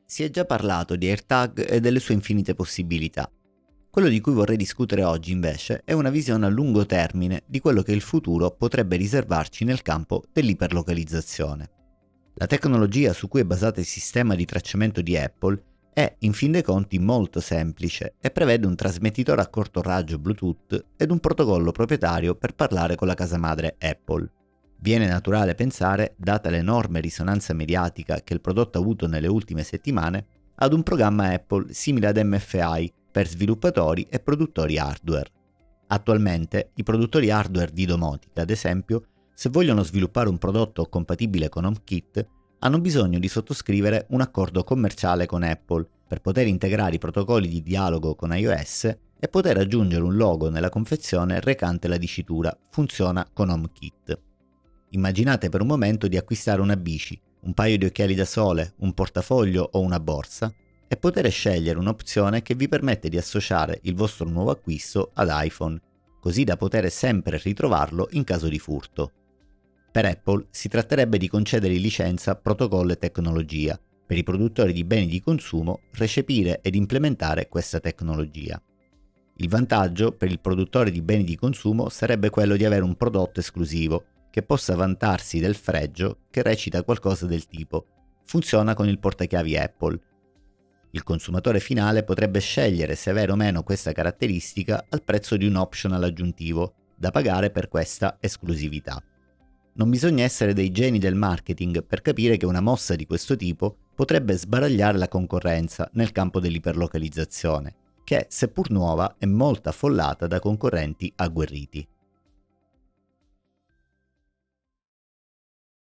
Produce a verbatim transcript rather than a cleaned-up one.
Si è già parlato di AirTag e delle sue infinite possibilità. Quello di cui vorrei discutere oggi invece è una visione a lungo termine di quello che il futuro potrebbe riservarci nel campo dell'iperlocalizzazione. La tecnologia su cui è basato il sistema di tracciamento di Apple è in fin dei conti molto semplice e prevede un trasmettitore a corto raggio Bluetooth ed un protocollo proprietario per parlare con la casa madre Apple. Viene naturale pensare, data l'enorme risonanza mediatica che il prodotto ha avuto nelle ultime settimane, ad un programma Apple simile ad M F I per sviluppatori e produttori hardware. Attualmente i produttori hardware di domotica, ad esempio, se vogliono sviluppare un prodotto compatibile con HomeKit, hanno bisogno di sottoscrivere un accordo commerciale con Apple per poter integrare i protocolli di dialogo con iOS e poter aggiungere un logo nella confezione recante la dicitura "Funziona con HomeKit". Immaginate per un momento di acquistare una bici, un paio di occhiali da sole, un portafoglio o una borsa e poter scegliere un'opzione che vi permette di associare il vostro nuovo acquisto ad iPhone, così da poter sempre ritrovarlo in caso di furto. Per Apple si tratterebbe di concedere in licenza protocollo e tecnologia per i produttori di beni di consumo recepire ed implementare questa tecnologia. Il vantaggio per il produttore di beni di consumo sarebbe quello di avere un prodotto esclusivo che possa vantarsi del fregio che recita qualcosa del tipo "funziona con il portachiavi Apple". Il consumatore finale potrebbe scegliere se avere o meno questa caratteristica al prezzo di un optional aggiuntivo da pagare per questa esclusività. Non bisogna essere dei geni del marketing per capire che una mossa di questo tipo potrebbe sbaragliare la concorrenza nel campo dell'iperlocalizzazione, che, seppur nuova, è molto affollata da concorrenti agguerriti.